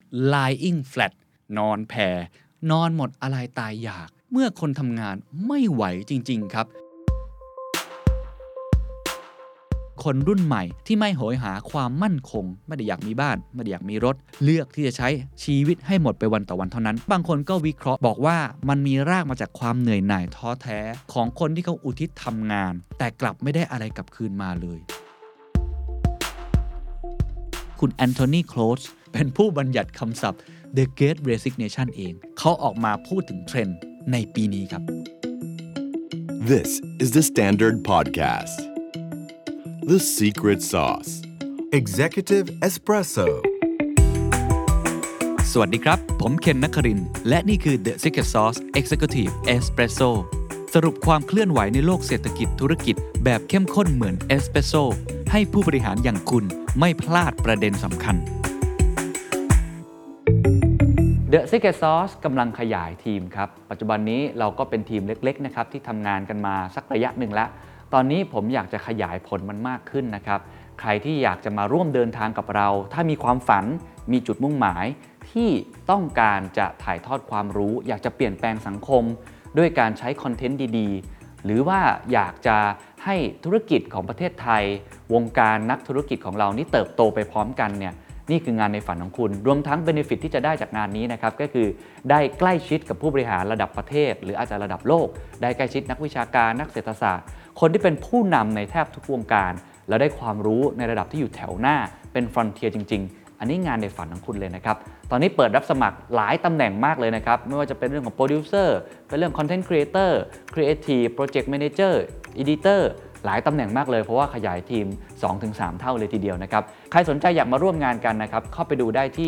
lying flat นอนแผ่นอนหมดอะไรตายอยากเมื่อคนทำงานไม่ไหวจริงๆครับคนรุ่นใหม่ที่ไม่โหยหาความมั่นคงไม่ได้อยากมีบ้านไม่ได้อยากมีรถเลือกที่จะใช้ชีวิตให้หมดไปวันต่อวันเท่านั้นบางคนก็วิเคราะห์บอกว่ามันมีรากมาจากความเหนื่อยหน่ายท้อแท้ของคนที่เขาอุทิศทำงานแต่กลับไม่ได้อะไรกลับคืนมาเลยคุณแอนโทนีโคลสเป็นผู้บัญญัติคำศัพท์ The Great Resignation เองเขาออกมาพูดถึงเทรนด์ในปีนี้ครับ This is the Standard Podcast The Secret Sauce Executive Espresso สวัสดีครับผมเคนนครินทร์และนี่คือ The Secret Sauce Executive Espresso สรุปความเคลื่อนไหวในโลกเศรษฐกิจธุรกิจแบบเข้มข้นเหมือนเอสเปรสโซ่ให้ผู้บริหารอย่างคุณไม่พลาดประเด็นสำคัญ The Secret Sauce กำลังขยายทีมครับปัจจุบันนี้เราก็เป็นทีมเล็กๆนะครับที่ทำงานกันมาสักระยะหนึ่งแล้วตอนนี้ผมอยากจะขยายผลมันมากขึ้นนะครับใครที่อยากจะมาร่วมเดินทางกับเราถ้ามีความฝันมีจุดมุ่งหมายที่ต้องการจะถ่ายทอดความรู้อยากจะเปลี่ยนแปลงสังคมด้วยการใช้คอนเทนต์ดีๆหรือว่าอยากจะให้ธุรกิจของประเทศไทยวงการนักธุรกิจของเรานี่เติบโตไปพร้อมกันเนี่ยนี่คืองานในฝันของคุณรวมทั้งเบเนฟิตที่จะได้จากงานนี้นะครับก็คือได้ใกล้ชิดกับผู้บริหารระดับประเทศหรืออาจจะระดับโลกได้ใกล้ชิดนักวิชาการนักเศรษฐศาสตร์คนที่เป็นผู้นำในแทบทุกวงการแล้วได้ความรู้ในระดับที่อยู่แถวหน้าเป็นฟรอนเทียร์จริงๆอันนี้งานในฝันของคุณเลยนะครับตอนนี้เปิดรับสมัครหลายตำแหน่งมากเลยนะครับไม่ว่าจะเป็นเรื่องของโปรดิวเซอร์เป็นเรื่องคอนเทนต์ครีเอเตอร์ครีเอทีฟโปรเจกต์แมเนเจอร์อีดิเตอร์หลายตำแหน่งมากเลยเพราะว่าขยายทีม 2-3 เท่าเลยทีเดียวนะครับใครสนใจอยากมาร่วมงานกันนะครับเข้าไปดูได้ที่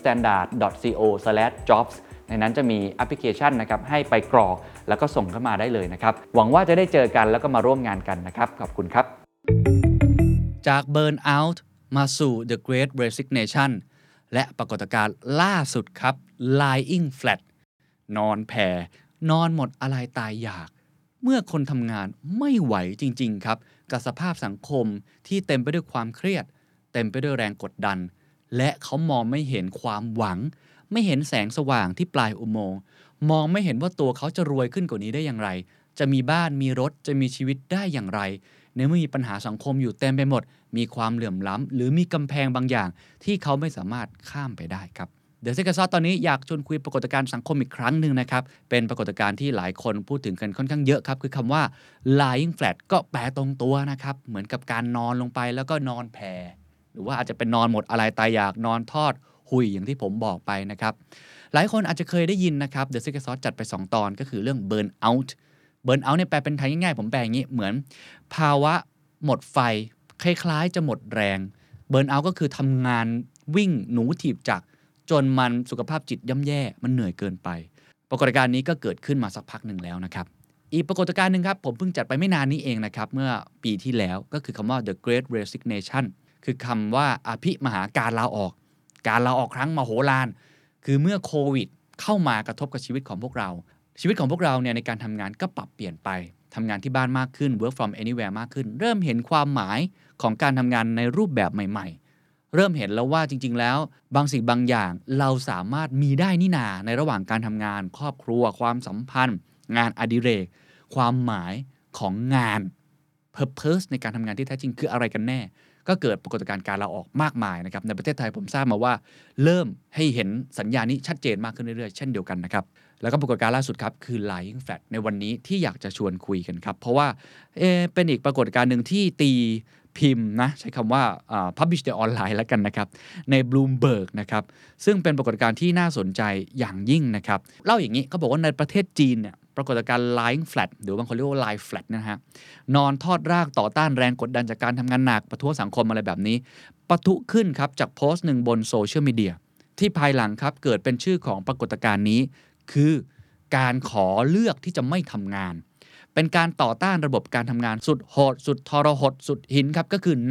thestandard.co/jobs ในนั้นจะมีแอปพลิเคชันนะครับให้ไปกรอกแล้วก็ส่งเข้ามาได้เลยนะครับหวังว่าจะได้เจอกันแล้วก็มาร่วมงานกันนะครับขอบคุณครับจาก Burnout มาสู่ The Great Resignation และปรากฏการณ์ล่าสุดครับ Lying Flat นอนแผ่นอนหมดอะไรตายอยากเมื่อคนทำงานไม่ไหวจริงๆครับกับสภาพสังคมที่เต็มไปด้วยความเครียดเต็มไปด้วยแรงกดดันและเขามองไม่เห็นความหวังไม่เห็นแสงสว่างที่ปลายอุโมงค์มองไม่เห็นว่าตัวเขาจะรวยขึ้นกว่านี้ได้อย่างไรจะมีบ้านมีรถจะมีชีวิตได้อย่างไรในเมื่อมีปัญหาสังคมอยู่เต็มไปหมดมีความเหลื่อมล้ำหรือมีกำแพงบางอย่างที่เขาไม่สามารถข้ามไปได้ครับเดี๋ยวเซกซอตอนนี้อยากชวนคุยปรากฏการณ์สังคมอีกครั้งหนึ่งนะครับเป็นปรากฏการณ์ที่หลายคนพูดถึงกันค่อนข้างเยอะครับคือคำว่า lying flat ก็แปลตรงตัวนะครับเหมือนกับการนอนลงไปแล้วก็นอนแผ่หรือว่าอาจจะเป็นนอนหมดอะไรตายอยากนอนทอดหุยอย่างที่ผมบอกไปนะครับหลายคนอาจจะเคยได้ยินนะครับเดอะซิกเก็ตซอสจัดไป2ตอนก็คือเรื่อง burn out เนี่ยแปลเป็นไทยง่ายๆผมแปลอย่างนี้เหมือนภาวะหมดไฟคล้ายๆจะหมดแรง burn out ก็คือทำงานวิ่งหนูถีบจักรจนมันสุขภาพจิตย่ำแย่มันเหนื่อยเกินไปปรากฏการณ์นี้ก็เกิดขึ้นมาสักพักหนึ่งแล้วนะครับอีกปรากฏการณ์นึงครับผมเพิ่งจัดไปไม่นานนี้เองนะครับเมื่อปีที่แล้วก็คือคำว่า The Great Resignation คือคำว่าอภิมหาการลาออกครั้งมโหฬารคือเมื่อโควิดเข้ามากระทบกับชีวิตของพวกเราเนี่ยในการทำงานก็ปรับเปลี่ยนไปทำงานที่บ้านมากขึ้น work from anywhere มากขึ้นเริ่มเห็นความหมายของการทำงานในรูปแบบใหม่ๆเริ่มเห็นแล้วว่าจริงๆแล้วบางสิ่งบางอย่างเราสามารถมีได้นี่นาในระหว่างการทำงานครอบครัวความสัมพันธ์งานอดิเรกความหมายของงาน purpose ในการทำงานที่แท้จริงคืออะไรกันแน่ก็เกิดปรากฏการณ์การลาออกมากมายนะครับในประเทศไทยผมทราบมาว่าเริ่มให้เห็นสัญญาณนี้ชัดเจนมากขึ้นเรื่อยๆเช่นเดียวกันนะครับแล้วก็ปรากฏการณ์ล่าสุดครับคือ Lying Flat ในวันนี้ที่อยากจะชวนคุยกันครับเพราะว่าเป็นอีกปรากฏการณ์นึงที่ตีพิมพ์นะใช้คำว่าpublish the online แล้วกันนะครับใน Bloomberg นะครับซึ่งเป็นปรากฏการณ์ที่น่าสนใจอย่างยิ่งนะครับเล่าอย่างนี้เขาบอกว่าในประเทศจีนเนี่ยปรากฏการณ์ lying flat หรือบางคนเรียกว่า lie flat นะฮะนอนทอดรากต่อต้านแรงกดดันจากการทำงานหนักประท้วงสังคมอะไรแบบนี้ปะทุขึ้นครับจากโพสต์หนึ่งบนโซเชียลมีเดียที่ภายหลังครับเกิดเป็นชื่อของปรากฏการณ์นี้คือการขอเลือกที่จะไม่ทำงานเป็นการต่อต้านระบบการทำงานสุดโหดสุดทรหดสุดหินครับก็คือ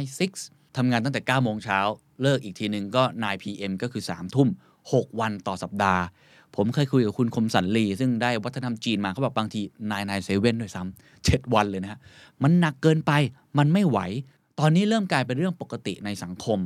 996ทำงานตั้งแต่9 โมงเช้าเลิกอีกทีนึงก็9 PM ก็คือ3 ทุ่ม6 วันต่อสัปดาห์ผมเคยคุยกับคุณคมสันลีซึ่งได้วัฒนธรรมจีนมาเขาบอกบางที997ด้วยซ้ำ7 วันเลยนะฮะมันหนักเกินไปมันไม่ไหวตอนนี้เริ่มกลายเป็นเรื่องปกติในสังคม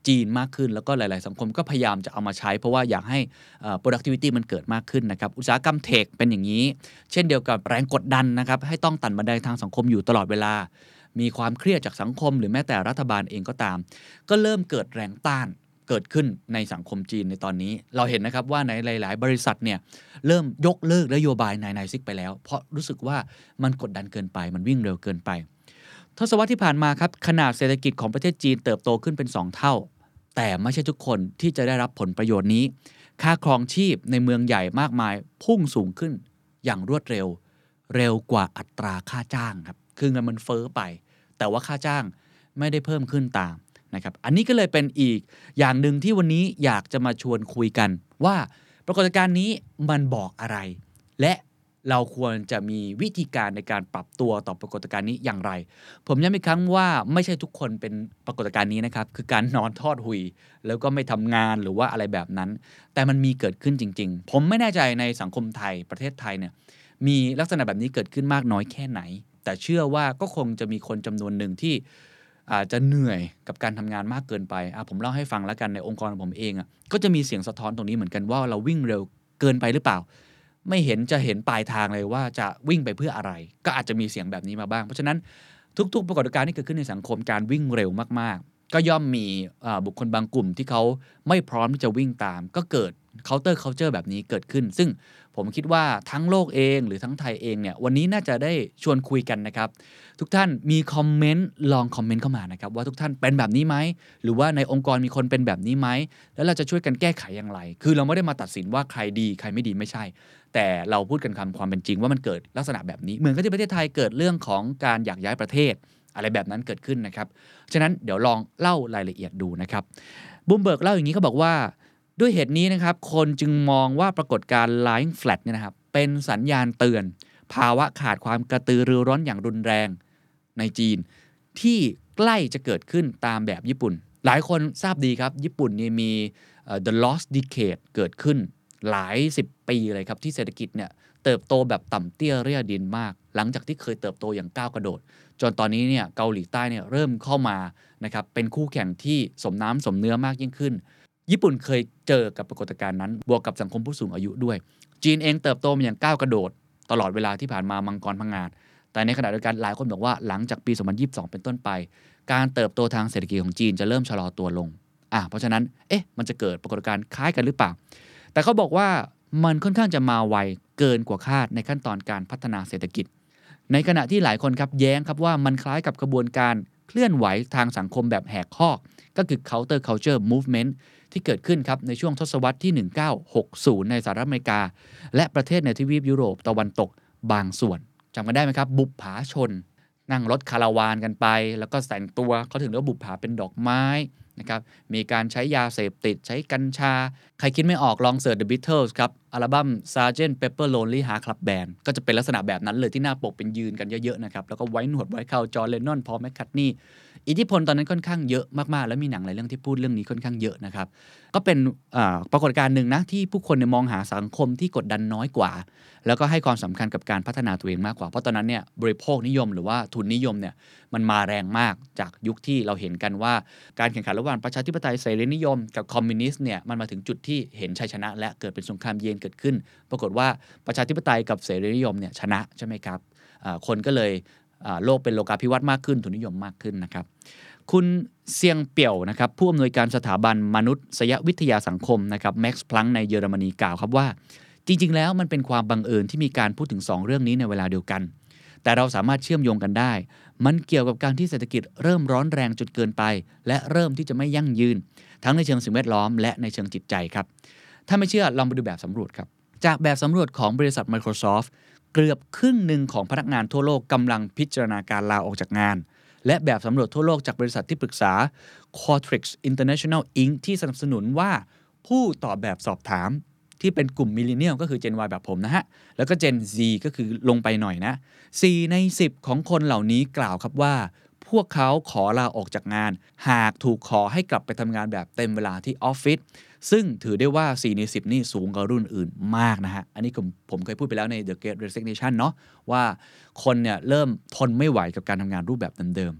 จีนมากขึ้นแล้วก็หลายๆสังคมก็พยายามจะเอามาใช้เพราะว่าอยากให้productivity มันเกิดมากขึ้นนะครับอุตสาหกรรมเทคเป็นอย่างนี้เช่นเดียวกับแรงกดดันนะครับให้ต้องไต่บันไดทางสังคมอยู่ตลอดเวลามีความเครียดจากสังคมหรือแม้แต่รัฐบาลเองก็ตามก็เริ่มเกิดแรงต้านเกิดขึ้นในสังคมจีนในตอนนี้เราเห็นนะครับว่าในหลายๆบริษัทเนี่ยเริ่มยกเลิกนโยบาย996ไปแล้วเพราะรู้สึกว่ามันกดดันเกินไปมันวิ่งเร็วเกินไปทศวรรษที่ผ่านมาครับขนาดเศรษฐกิจของประเทศจีนเติบโตขึ้นเป็น2เท่าแต่ไม่ใช่ทุกคนที่จะได้รับผลประโยชน์นี้ค่าครองชีพในเมืองใหญ่มากมายพุ่งสูงขึ้นอย่างรวดเร็วกว่าอัตราค่าจ้างครับคือเงินมันเฟ้อไปแต่ว่าค่าจ้างไม่ได้เพิ่มขึ้นตามนะครับอันนี้ก็เลยเป็นอีกอย่างหนึ่งที่วันนี้อยากจะมาชวนคุยกันว่าปรากฏการณ์นี้มันบอกอะไรและเราควรจะมีวิธีการในการปรับตัวต่อปรากฏการณ์นี้อย่างไรผมย้ำอีกครั้งว่าไม่ใช่ทุกคนเป็นปรากฏการณ์นี้นะครับคือการนอนทอดหุยแล้วก็ไม่ทำงานหรือว่าอะไรแบบนั้นแต่มันมีเกิดขึ้นจริงๆผมไม่แน่ใจในสังคมไทยประเทศไทยเนี่ยมีลักษณะแบบนี้เกิดขึ้นมากน้อยแค่ไหนแต่เชื่อว่าก็คงจะมีคนจำนวนหนึ่งที่อาจจะเหนื่อยกับการทำงานมากเกินไปผมเล่าให้ฟังแล้วกันในองค์กรของผมเองก็จะมีเสียงสะท้อนตรงนี้เหมือนกันว่าเราวิ่งเร็วเกินไปหรือเปล่าไม่เห็นจะเห็นปลายทางเลยว่าจะวิ่งไปเพื่ออะไรก็อาจจะมีเสียงแบบนี้มาบ้างเพราะฉะนั้นทุกๆปรากฏการณ์ที่เกิดขึ้นในสังคมการวิ่งเร็วมากๆก็ย่อมมีบุคคลบางกลุ่มที่เขาไม่พร้อมที่จะวิ่งตามก็เกิดculture แบบนี้เกิดขึ้นซึ่งผมคิดว่าทั้งโลกเองหรือทั้งไทยเองเนี่ยวันนี้น่าจะได้ชวนคุยกันนะครับทุกท่านมีคอมเมนต์ลองคอมเมนต์เข้ามานะครับว่าทุกท่านเป็นแบบนี้ไหมหรือว่าในองค์กรมีคนเป็นแบบนี้ไหมแล้วเราจะช่วยกันแก้ไขอย่างไรคือเราไม่ได้มาตัดสินว่าใครดีใครไม่ดีไม่ใช่แต่เราพูดกันความเป็นจริงว่ามันเกิดลักษณะแบบนี้เหมือนกับที่ประเทศไทยเกิดเรื่องของการอยากย้ายประเทศอะไรแบบนั้นเกิดขึ้นนะครับฉะนั้นเดี๋ยวลองเล่ารายละเอียดดูนะครับบูมเบิร์กเล่าอย่างนี้เขาบอกว่าด้วยเหตุนี้นะครับคนจึงมองว่าปรากฏการณ์ lying flat เนี่ยนะครับเป็นสัญญาณเตือนภาวะขาดความกระตือรือร้นอย่างรุนแรงในจีนที่ใกล้จะเกิดขึ้นตามแบบญี่ปุ่นหลายคนทราบดีครับญี่ปุ่นนี่มีthe lost decade เกิดขึ้นหลาย10ปีเลยครับที่เศรษฐกิจเนี่ยเติบโตแบบต่ำเตี้ยเรี่ยดินมากหลังจากที่เคยเติบโตอย่างก้าวกระโดดจนตอนนี้เนี่ยเกาหลีใต้เนี่ยเริ่มเข้ามานะครับเป็นคู่แข่งที่สมน้ำสมเนื้อมากยิ่งขึ้นญี่ปุ่นเคยเจอกับปรากฏการณ์นั้นบวกกับสังคมผู้สูงอายุด้วยจีนเองเติบโตมาอย่างก้าวกระโดดตลอดเวลาที่ผ่านมามังกรพังงาดแต่ในขณะเดียวกันหลายคนบอกว่าหลังจากปี 2022 เป็นต้นไปการเติบโตทางเศรษฐกิจของจีนจะเริ่มชะลอตัวลงเพราะฉะนั้นมันจะเกิดปรากฏการณ์คล้ายกันหรือเปล่าแต่เขาบอกว่ามันค่อนข้างจะมาไวเกินกว่าคาดในขั้นตอนการพัฒนาเศรษฐกิจในขณะที่หลายคนครับแย้งครับว่ามันคล้ายกับกระบวนการเคลื่อนไหวทางสังคมแบบแหกข้อก็คือ counter culture movement ที่เกิดขึ้นครับในช่วงทศวรรษที่ 1960 ในสหรัฐอเมริกาและประเทศในทวีปยุโรปตะวันตกบางส่วนจำกันได้ไหมครับบุปผาชนนั่งรถคาราวานกันไปแล้วก็แต่งตัวเขาถึงเรียกว่าบุปผาเป็นดอกไม้นะครับมีการใช้ยาเสพติดใช้กัญชาใครคิดไม่ออกลองเสิร์ช The Beatles ครับอัลบั้ม Sgt. Pepper Lonely Hearts Club Band ก็จะเป็นลักษณะแบบนั้นเลยที่หน้าปกเป็นยืนกันเยอะๆนะครับแล้วก็ไว้หนวดไว้เคราจอห์น เลนนอน พอล แมคคัตนีย์อิทธิพลตอนนั้นค่อนข้างเยอะมากๆแล้วมีหนังหลายเรื่องที่พูดเรื่องนี้ค่อนข้างเยอะนะครับก็เป็นปรากฏการณ์หนึ่งนะที่ผู้คนมองหาสังคมที่กดดันน้อยกว่าแล้วก็ให้ความสำคัญกับการพัฒนาตัวเองมากกว่าเพราะตอนนั้นเนี่ยบริโภคนิยมหรือว่าทุนนิยมเนี่ยมันมาแรงมากจากยุคที่เราเห็นกันว่าการแข่งขันระหว่างประชาธิปไตยเสรีนิยมกับคอมมิวนิสต์เนี่ยมันมาถึงจุดที่เห็นชัยชนะและเกิดเป็นสงครามเย็นเกิดขึ้นปรากฏว่าประชาธิปไตยกับเสรีนิยมเนี่ยชนะใช่ไหมครับคนก็เลยโลกเป็นโลกาภิวัตน์มากขึ้นทุนนิยมมากขึ้นนะครับคุณเซียงเปี่ยวนะครับผู้อำนวยการสถาบันมนุษยวิทยาสังคมนะครับแม็กซ์พลังก์ในเยอรมนีกล่าวครับว่าจริงๆแล้วมันเป็นความบังเอิญที่มีการพูดถึง2เรื่องนี้ในเวลาเดียวกันแต่เราสามารถเชื่อมโยงกันได้มันเกี่ยวกับการที่เศรษฐกิจเริ่มร้อนแรงจนเกินไปและเริ่มที่จะไม่ยั่งยืนทั้งในเชิงสิ่งแวดล้อมและในเชิงจิตใจครับถ้าไม่เชื่อลองไปดูแบบสำรวจครับจากแบบสำรวจของบริษัท Microsoft เกือบครึ่งหนึ่งของพนักงานทั่วโลกกำลังพิจารณาการลาออกจากงานและแบบสำรวจทั่วโลกจากบริษัทที่ปรึกษา Qualtrics International Inc. ที่สนับสนุนว่าผู้ตอบแบบสอบถามที่เป็นกลุ่มมิลเลนเนียลก็คือ Gen Y แบบผมนะฮะแล้วก็ Gen Z ก็คือลงไปหน่อยนะ4 ใน 10ของคนเหล่านี้กล่าวครับว่าพวกเขาขอลาออกจากงานหากถูกขอให้กลับไปทำงานแบบเต็มเวลาที่ออฟฟิศซึ่งถือได้ว่า4 ใน 10นี่สูงกว่ารุ่นอื่นมากนะฮะอันนี้ผมเคยพูดไปแล้วใน The Great Resignation เนาะว่าคนเนี่ยเริ่มทนไม่ไหวกับการทำงานรูปแบบเดิม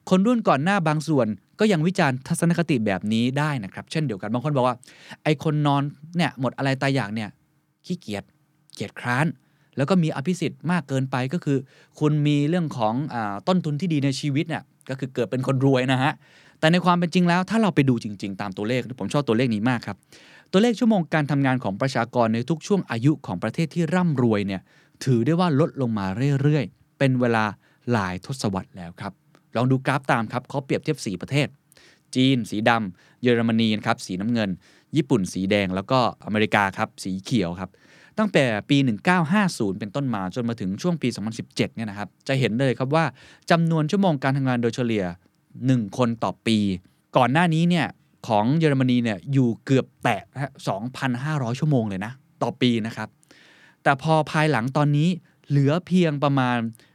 คนรุ่นก่อนหน้าบางส่วนก็ยังวิจารณ์ทัศนคติแบบนี้ได้นะครับเช่นเดียวกันบางคนบอกว่าไอ้คนนอนเนี่ยหมดอะไรตายอยากเนี่ยขี้เกียจคร้านแล้วก็มีอภิสิทธิ์มากเกินไปก็คือคุณมีเรื่องของต้นทุนที่ดีในชีวิตเนี่ยก็คือเกิดเป็นคนรวยนะฮะแต่ในความเป็นจริงแล้วถ้าเราไปดูจริงๆตามตัวเลขผมชอบตัวเลขนี้มากครับตัวเลขชั่วโมงการทำงานของประชากรในทุกช่วงอายุของประเทศที่ร่ำรวยเนี่ยถือได้ว่าลดลงมาเรื่อยๆเป็นเวลาหลายทศวรรษแล้วครับลองดูกราฟตามครับเขาเปรียบเทียบ4ประเทศจีนสีดำเยอรมนีครับสีน้ำเงินญี่ปุ่นสีแดงแล้วก็อเมริกาครับสีเขียวครับตั้งแต่ปี1950เป็นต้นมาจนมาถึงช่วงปี2017เนี่ยนะครับจะเห็นเลยครับว่าจำนวนชั่วโมงการทำงานโดยเฉลี่ย1คนต่อปีก่อนหน้านี้เนี่ยของเยอรมนีเนี่ยอยู่เกือบแตะ 2,500 ชั่วโมงเลยนะต่อปีนะครับแต่พอภายหลังตอนนี้เหลือเพียงประมาณ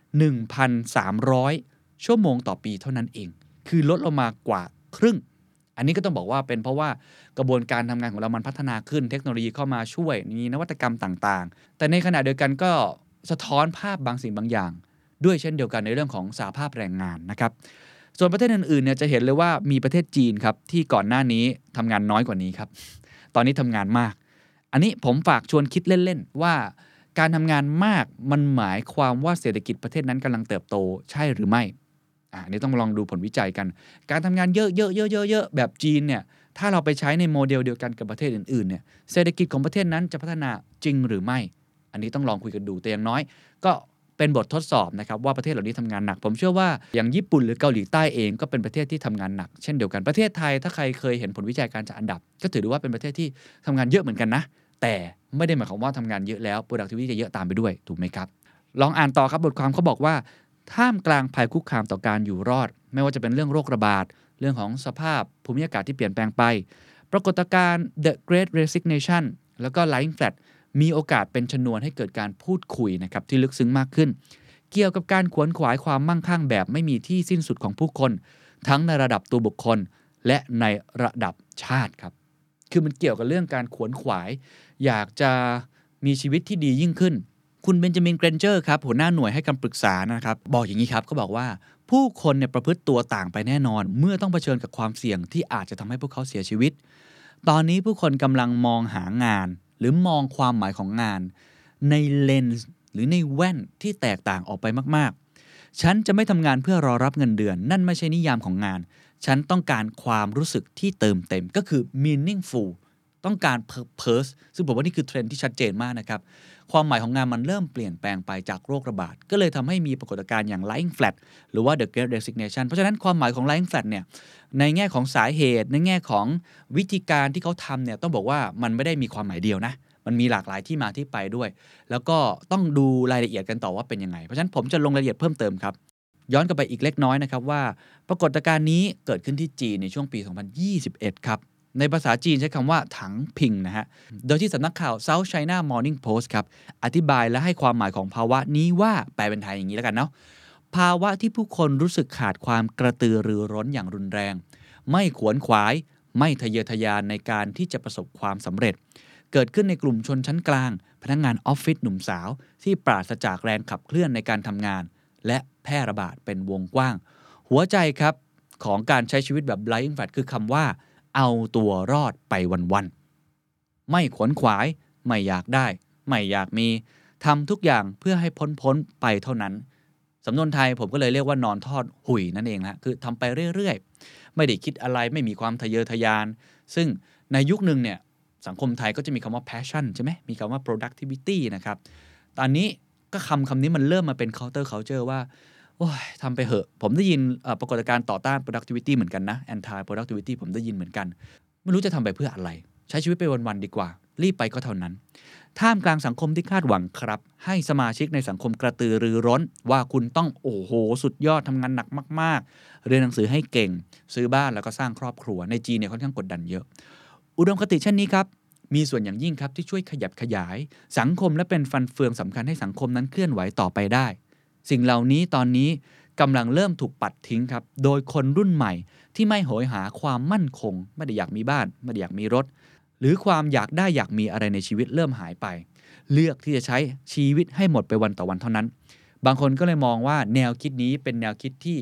1,300 ชั่วโมงต่อปีเท่านั้นเองคือลดลงมากว่าครึ่งอันนี้ก็ต้องบอกว่าเป็นเพราะว่ากระบวนการทำงานของเรามันพัฒนาขึ้นเทคโนโลยีเข้ามาช่วยมีนวัตกรรมต่างๆแต่ในขณะเดียวกันก็สะท้อนภาพบางสิ่งบางอย่างด้วยเช่นเดียวกันในเรื่องของสหภาพแรงงานนะครับส่วนประเทศอื่นๆเนี่ยจะเห็นเลยว่ามีประเทศจีนครับที่ก่อนหน้านี้ทำงานน้อยกว่านี้ครับตอนนี้ทำงานมากอันนี้ผมฝากชวนคิดเล่นๆว่าการทำงานมากมันหมายความว่าเศรษฐกิจประเทศนั้นกำลังเติบโตใช่หรือไม่อันนี้ต้องลองดูผลวิจัยกันการทำงานเยอะๆๆๆแบบจีนเนี่ยถ้าเราไปใช้ในโมเดลเดียวกันกับประเทศอื่นๆเนี่ยเศรษฐกิจของประเทศนั้นจะพัฒนาจริงหรือไม่อันนี้ต้องลองคุยกันดูแต่อย่างน้อยก็เป็นบททดสอบนะครับว่าประเทศเหล่านี้ทำงานหนักผมเชื่อว่าอย่างญี่ปุ่นหรือเกาหลีใต้เองก็เป็นประเทศที่ทำงานหนักเช่นเดียวกันประเทศไทยถ้าใครเคยเห็นผลวิจัยการจัดอันดับก็ถือได้ว่าเป็นประเทศที่ทำงานเยอะเหมือนกันนะแต่ไม่ได้หมายความว่าทำงานเยอะแล้ว productivity จะเยอะตามไปด้วยถูกไหมครับลองอ่านต่อครับบทความเขาบอกว่าท่ามกลางภัยคุกคามต่อการอยู่รอดไม่ว่าจะเป็นเรื่องโรคระบาดเรื่องของสภาพภูมิอากาศที่เปลี่ยนแปลงไปปรากฏการณ์ The Great Resignation แล้วก็ Lying Flat มีโอกาสเป็นชนวนให้เกิดการพูดคุยนะครับที่ลึกซึ้งมากขึ้นเกี่ยวกับการขวนขวายความมั่งคั่งแบบไม่มีที่สิ้นสุดของผู้คนทั้งในระดับตัวบุคคลและในระดับชาติครับคือมันเกี่ยวกับเรื่องการขวนขวายอยากจะมีชีวิตที่ดียิ่งขึ้นคุณเบนจามิน เกรนเจอร์ครับหัวหน้าหน่วยให้คำปรึกษานะครับบอกอย่างนี้ครับเขาบอกว่าผู้คนเนี่ยประพฤติตัวต่างไปแน่นอนเมื่อต้องเผชิญกับความเสี่ยงที่อาจจะทำให้พวกเขาเสียชีวิตตอนนี้ผู้คนกำลังมองหางานหรือมองความหมายของงานในเลนส์หรือในแว่นที่แตกต่างออกไปมากๆฉันจะไม่ทำงานเพื่อรอรับเงินเดือนนั่นไม่ใช่นิยามของงานฉันต้องการความรู้สึกที่เติมเต็มก็คือ meaningful ต้องการ purpose ซึ่งผมว่านี่คือเทรนด์ที่ชัดเจนมากนะครับความหมายของงานมันเริ่มเปลี่ยนแปลงไปจากโรคระบาดก็เลยทำให้มีปรากฏการณ์อย่าง Lying Flat หรือว่า The Great Resignation เพราะฉะนั้นความหมายของ Lying Flat เนี่ยในแง่ของสาเหตุในแง่ของวิธีการที่เขาทำเนี่ยต้องบอกว่ามันไม่ได้มีความหมายเดียวนะมันมีหลากหลายที่มาที่ไปด้วยแล้วก็ต้องดูรายละเอียดกันต่อว่าเป็นยังไงเพราะฉะนั้นผมจะลงรายละเอียดเพิ่มเติมครับย้อนกลับไปอีกเล็กน้อยนะครับว่าปรากฏการณ์นี้เกิดขึ้นที่จีนในช่วงปี 2021 ครับในภาษาจีนใช้คำว่าถังพิงนะฮะโดยที่สำนักข่าว South China Morning Post ครับอธิบายและให้ความหมายของภาวะนี้ว่าแปลเป็นไทยอย่างนี้แล้วกันเนาะภาวะที่ผู้คนรู้สึกขาดความกระตือรือร้นอย่างรุนแรงไม่ขวนขวายไม่ทะเยอทะยานในการที่จะประสบความสำเร็จเกิดขึ้นในกลุ่มชนชั้นกลางพนักงานออฟฟิศหนุ่มสาวที่ปราศจากแรงขับเคลื่อนในการทำงานและแพร่ระบาดเป็นวงกว้างหัวใจครับของการใช้ชีวิตแบบ Lying Flat คือคำว่าเอาตัวรอดไปวันๆไม่ขวนขวายไม่อยากได้ไม่อยากมีทำทุกอย่างเพื่อให้พ้นไปเท่านั้นสำนวนไทยผมก็เลยเรียกว่านอนทอดหุยนั่นเองนะคือทำไปเรื่อยๆไม่ได้คิดอะไรไม่มีความทะเยอทะยานซึ่งในยุคนึงเนี่ยสังคมไทยก็จะมีคำว่า passion ใช่ไหมมีคำว่า productivity นะครับตอนนี้ก็คำนี้มันเริ่มมาเป็น counter culture ว่าโอ้ยทำไปเหอะผมได้ยินปรากฏการณ์ต่อต้าน productivity เหมือนกันนะ anti productivity ผมได้ยินเหมือนกันไม่รู้จะทำไปเพื่ออะไรใช้ชีวิตไปวันๆดีกว่ารีบไปก็เท่านั้นท่ามกลางสังคมที่คาดหวังครับให้สมาชิกในสังคมกระตือรือร้นว่าคุณต้องโอ้โหสุดยอดทำงานหนักมากๆเรียนหนังสือให้เก่งซื้อบ้านแล้วก็สร้างครอบครัวในจีนเนี่ยค่อนข้างกดดันเยอะอุดมคติเช่นนี้ครับมีส่วนอย่างยิ่งครับที่ช่วยขยับขยายสังคมและเป็นฟันเฟืองสำคัญให้สังคมนั้นเคลื่อนไหวต่อไปได้สิ่งเหล่านี้ตอนนี้กำลังเริ่มถูกปัดทิ้งครับโดยคนรุ่นใหม่ที่ไม่โหยหาความมั่นคงไม่ได้อยากมีบ้านไม่ได้อยากมีรถหรือความอยากได้อยากมีอะไรในชีวิตเริ่มหายไปเลือกที่จะใช้ชีวิตให้หมดไปวันต่อวันเท่านั้นบางคนก็เลยมองว่าแนวคิดนี้เป็นแนวคิดที่